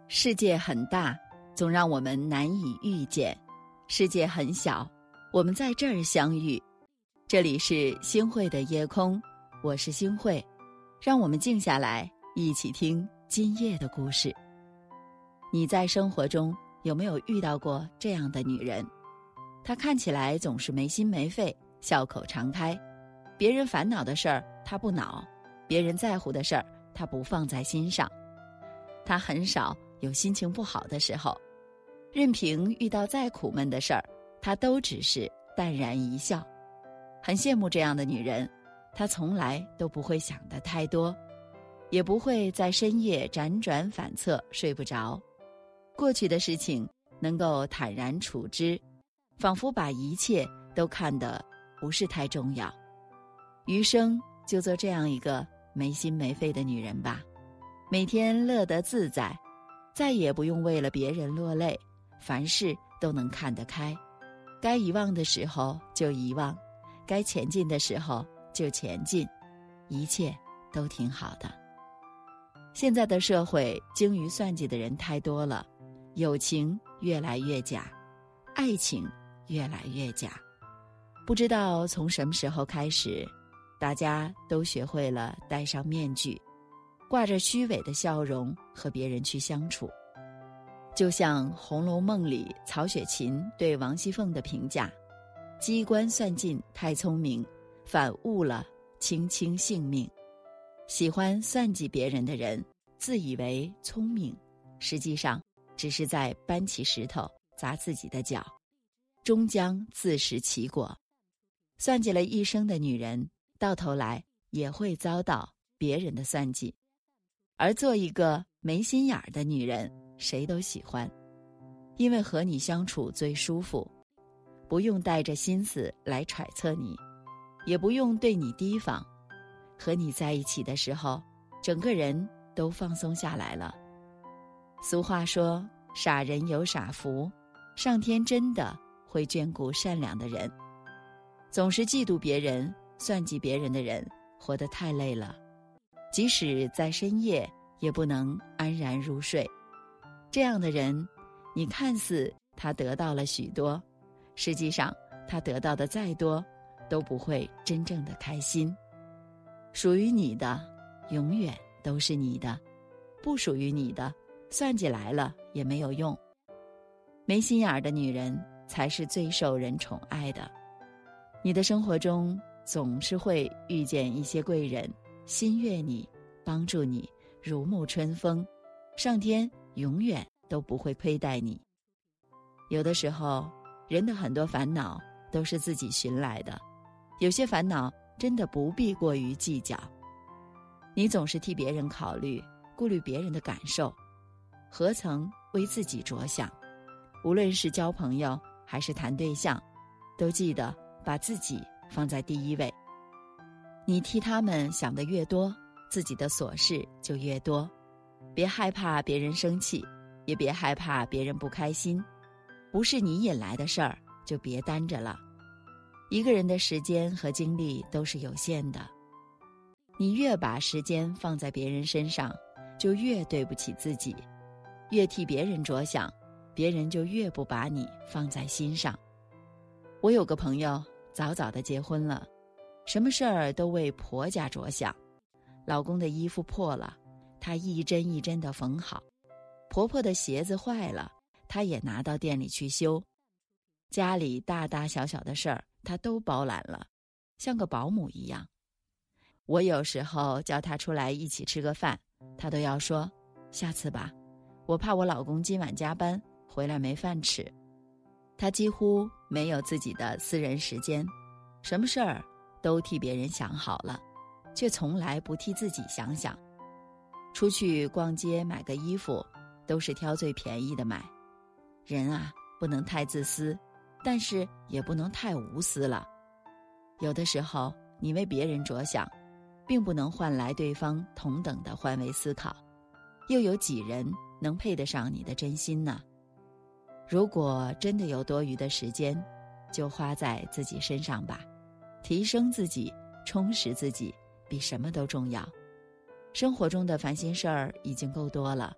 世界很大，总让我们难以遇见；世界很小，我们在这儿相遇。这里是星慧的夜空，我是星慧，让我们静下来，一起听今夜的故事。你在生活中有没有遇到过这样的女人？她看起来总是没心没肺，笑口常开，别人烦恼的事儿她不恼，别人在乎的事儿她不放在心上。她很少有心情不好的时候，任凭遇到再苦闷的事儿，她都只是淡然一笑。很羡慕这样的女人，她从来都不会想得太多，也不会在深夜辗转反侧睡不着。过去的事情能够坦然处之，仿佛把一切都看得不是太重要。余生就做这样一个没心没肺的女人吧，每天乐得自在，再也不用为了别人落泪，凡事都能看得开。该遗忘的时候就遗忘，该前进的时候就前进，一切都挺好的。现在的社会精于算计的人太多了，友情越来越假，爱情越来越假。不知道从什么时候开始，大家都学会了戴上面具，挂着虚伪的笑容和别人去相处。就像《红楼梦》里曹雪芹对王熙凤的评价：机关算尽太聪明，反误了卿卿性命。喜欢算计别人的人，自以为聪明，实际上只是在搬起石头砸自己的脚，终将自食其果。算计了一生的女人，到头来也会遭到别人的算计。而做一个没心眼儿的女人，谁都喜欢，因为和你相处最舒服，不用带着心思来揣测你，也不用对你提防。和你在一起的时候，整个人都放松下来了。俗话说，傻人有傻福，上天真的会眷顾善良的人。总是嫉妒别人、算计别人的人，活得太累了，即使在深夜也不能安然入睡。这样的人，你看似他得到了许多，实际上他得到的再多，都不会真正的开心。属于你的永远都是你的，不属于你的算计来了也没有用。没心眼儿的女人才是最受人宠爱的。你的生活中总是会遇见一些贵人，心悦你，帮助你，如沐春风，上天永远都不会亏待你。有的时候，人的很多烦恼都是自己寻来的，有些烦恼真的不必过于计较。你总是替别人考虑，顾虑别人的感受，何曾为自己着想？无论是交朋友还是谈对象，都记得把自己放在第一位。你替他们想得越多，自己的琐事就越多。别害怕别人生气，也别害怕别人不开心，不是你引来的事儿，就别担着了。一个人的时间和精力都是有限的，你越把时间放在别人身上，就越对不起自己，越替别人着想，别人就越不把你放在心上。我有个朋友早早的结婚了，什么事儿都为婆家着想。老公的衣服破了，她一针一针的缝好；婆婆的鞋子坏了，她也拿到店里去修。家里大大小小的事儿，她都包揽了，像个保姆一样。我有时候叫她出来一起吃个饭，她都要说下次吧，我怕我老公今晚加班回来没饭吃。她几乎没有自己的私人时间，什么事儿都替别人想好了，却从来不替自己想想。出去逛街买个衣服，都是挑最便宜的买。人啊，不能太自私，但是也不能太无私了。有的时候，你为别人着想，并不能换来对方同等的换位思考。又有几人能配得上你的真心呢？如果真的有多余的时间，就花在自己身上吧，提升自己，充实自己，比什么都重要。生活中的烦心事儿已经够多了，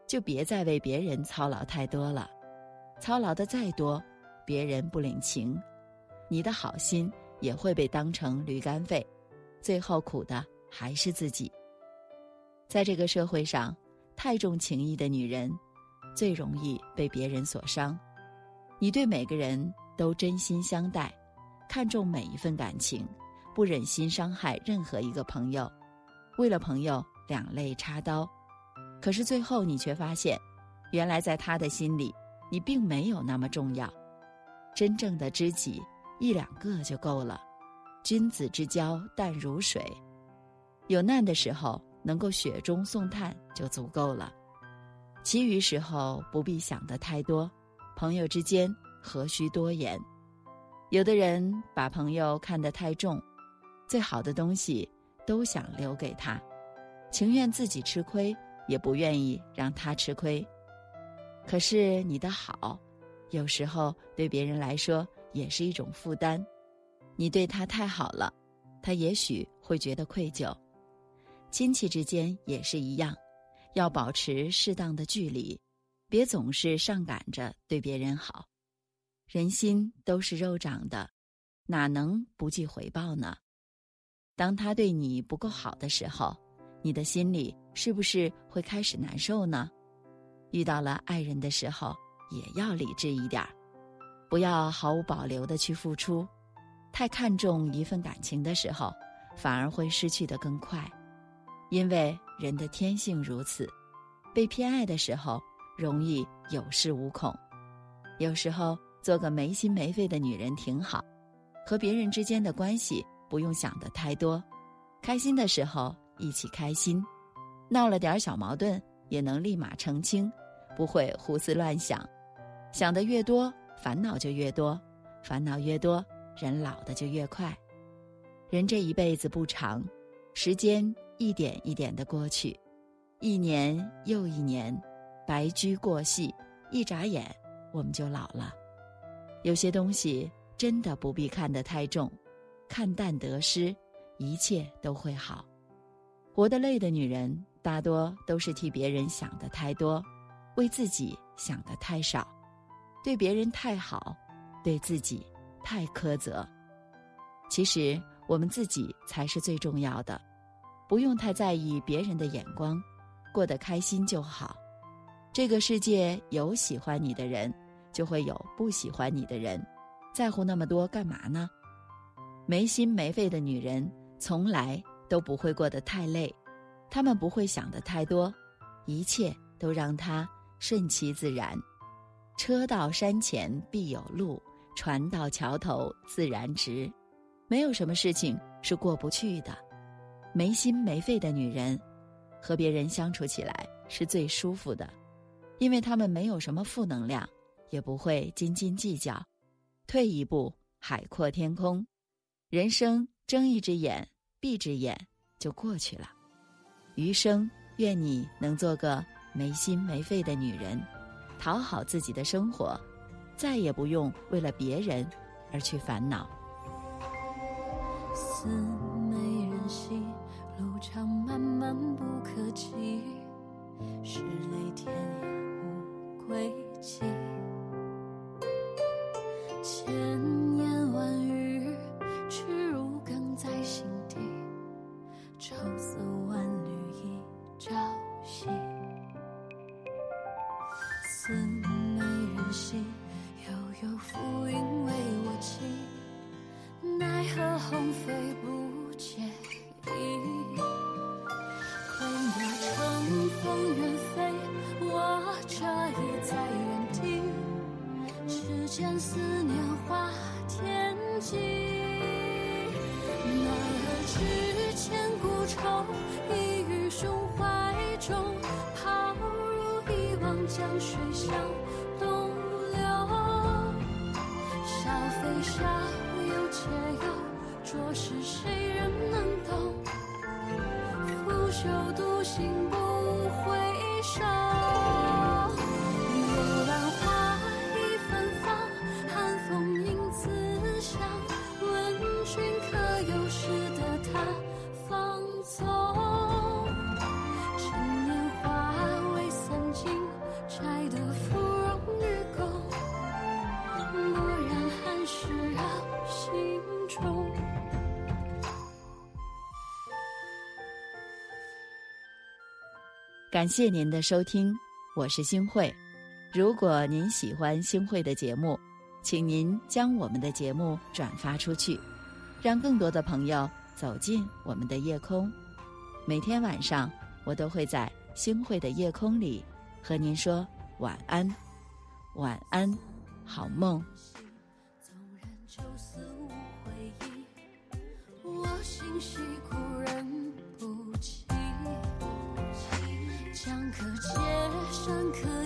就别再为别人操劳太多了。操劳的再多，别人不领情，你的好心也会被当成驴肝肺，最后苦的还是自己。在这个社会上，太重情义的女人最容易被别人所伤。你对每个人都真心相待，看重每一份感情，不忍心伤害任何一个朋友，为了朋友两肋插刀。可是最后你却发现，原来在他的心里，你并没有那么重要。真正的知己一两个就够了，君子之交淡如水。有难的时候能够雪中送炭就足够了，其余时候不必想得太多，朋友之间何须多言。有的人把朋友看得太重，最好的东西都想留给他，情愿自己吃亏，也不愿意让他吃亏。可是你的好，有时候对别人来说也是一种负担。你对他太好了，他也许会觉得愧疚。亲戚之间也是一样，要保持适当的距离，别总是上赶着对别人好。人心都是肉长的，哪能不计回报呢？当他对你不够好的时候，你的心里是不是会开始难受呢？遇到了爱人的时候，也要理智一点，不要毫无保留地去付出。太看重一份感情的时候，反而会失去得更快。因为人的天性如此，被偏爱的时候容易有恃无恐。有时候做个没心没肺的女人挺好，和别人之间的关系不用想得太多，开心的时候一起开心，闹了点小矛盾也能立马澄清，不会胡思乱想。想得越多，烦恼就越多，烦恼越多，人老得就越快。人这一辈子不长，时间一点一点地过去，一年又一年，白驹过隙，一眨眼我们就老了。有些东西真的不必看得太重，看淡得失，一切都会好。活得累的女人，大多都是替别人想得太多，为自己想得太少，对别人太好，对自己太苛责。其实我们自己才是最重要的，不用太在意别人的眼光，过得开心就好。这个世界有喜欢你的人，就会有不喜欢你的人，在乎那么多干嘛呢？没心没肺的女人从来都不会过得太累，她们不会想得太多，一切都让它顺其自然。车到山前必有路，船到桥头自然直。没有什么事情是过不去的。没心没肺的女人，和别人相处起来是最舒服的，因为她们没有什么负能量，也不会斤斤计较。退一步，海阔天空。人生睁一只眼闭一只眼就过去了。余生愿你能做个没心没肺的女人，讨好自己的生活，再也不用为了别人而去烦恼。 似没人惜，路长漫漫不可及，是泪天涯无归期。千言万语，耻辱梗在心底，愁色万缕一朝夕。似没人惜，悠悠浮云为我起，奈何鸿飞不解意。挥别乘风远飞，我这已在原地，只见思念化天际。奈何之前故愁已于胸怀中，抛入一汪江水向东流。笑非笑，有且有，着实谁人能懂？拂袖独行不回首，幽兰花已芬芳，寒风影自响。问君可有识得他芳踪？趁年华未散尽， 感谢您的收听，我是星慧。如果您喜欢星慧的节目，请您将我们的节目转发出去，让更多的朋友走进我们的夜空。每天晚上，我都会在星慧的夜空里和您说晚安，晚安，好梦。 纵然就似无回忆，我心绪故人不及，江可借山可